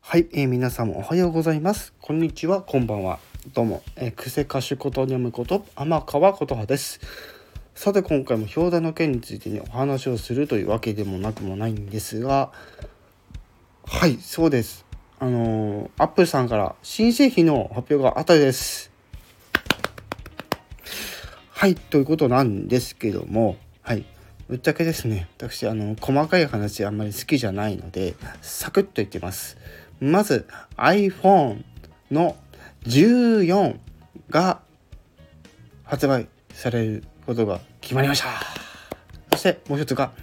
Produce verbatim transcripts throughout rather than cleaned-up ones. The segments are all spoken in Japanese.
はい、えー、皆さんもおはようございます。こんにちは、こんばんは。どうも、えー、クセ歌手ことにゃむこと天川琴葉です。さて、今回も表題の件について、ね、お話をするというわけでもなくもないんですが、はい、そうです。あのー、アップルさんから新製品の発表があったようです。はい、ということなんですけども、はい。ぶっちゃけですね、私あの細かい話あんまり好きじゃないのでサクッと言ってます。まず iPhone のじゅうよんが発売されることが決まりました。そしてもう一つが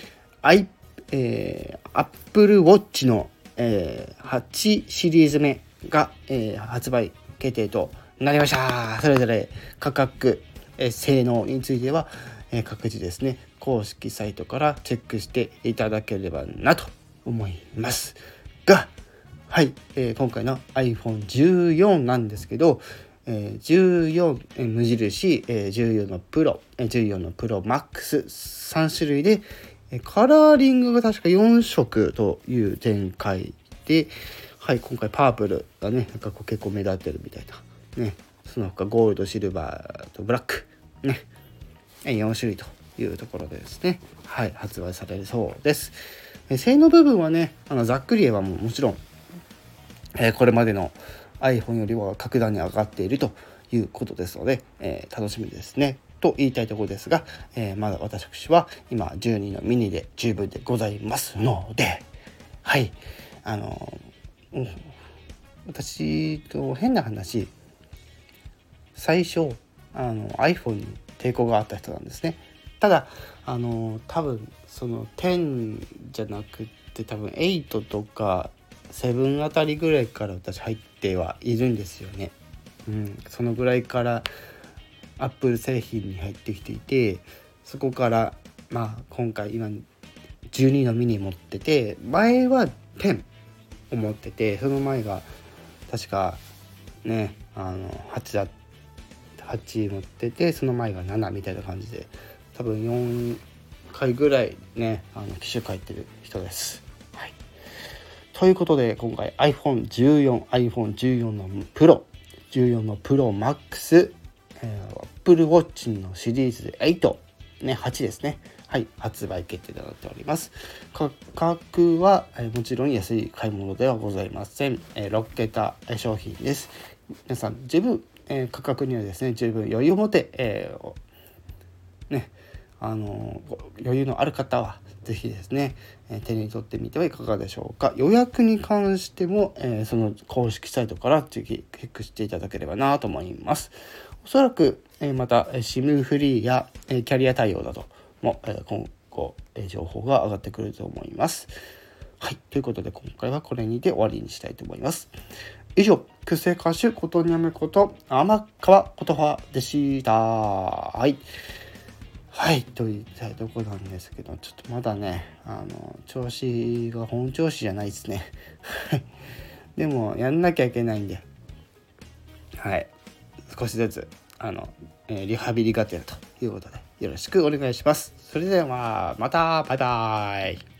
I、えー、Apple Watch の、えー、はちシリーズ目が、えー、発売決定となりました。それぞれ価格、えー、性能については、えー、各自ですね公式サイトからチェックしていただければなと思いますが、はい、えー、今回の アイフォンじゅうよん なんですけど、えー、じゅうよん、えー、無印、えー、じゅうよんのプロ、えー、じゅうよんのプロマックスさん種類で、えー、カラーリングが確かよん色という展開で、はい、今回パープルがねなんかこう結構目立ってるみたいなね、その他ゴールド、シルバーとブラックね、よん種類というところでですね、はい、発売されるそうです。え性能部分はね、あのざっくり言えばももちろん、えー、これまでの iPhone よりは格段に上がっているということですので、えー、楽しみですねと言いたいところですが、えー、まだ私は今じゅうにのミニで十分でございますので、はい、あのー、うん、私と変な話、最初あの iPhone に抵抗があった人なんですね。ただあの多分そのじゅうじゃなくて多分はちとかななあたりぐらいから私入ってはいるんですよね。うん、そのぐらいからアップル製品に入ってきていて、そこからまあ今回今じゅうにのミニ持ってて、前はじゅうを持ってて、その前が確かねあのはちだはち持ってて、その前がななみたいな感じで、多分よんかいぐらいねあの機種変えてる人です。はい、ということで今回 アイフォンじゅうよん、アイフォンじゅうよん のプロ、じゅうよんのプロマックス、えー、Apple Watch のシリーズではち、ね、はちですね。はい、発売決定となっております。価格は、えー、もちろん安い買い物ではございません。えー、ろっけた商品です。皆さん十分、えー、価格にはですね十分余裕を持って、えー、ねあの余裕のある方はぜひですね、えー、手に取ってみてはいかがでしょうか。予約に関しても、えー、その公式サイトからぜひチェックしていただければなと思います。おそらく、えー、また SIM フリーや、えー、キャリア対応なども、えー、今後、えー、情報が上がってくると思います。はい、ということで今回はこれにて終わりにしたいと思います。以上、クセ歌手ことにゃむこと天川琴葉でした。はい。はい、と言いたいところなんですけど、ちょっとまだね、あの、調子が本調子じゃないですね。でも、やんなきゃいけないんで、はい。少しずつ、あの、えー、リハビリがてらということで、よろしくお願いします。それでは、また、バイバイ。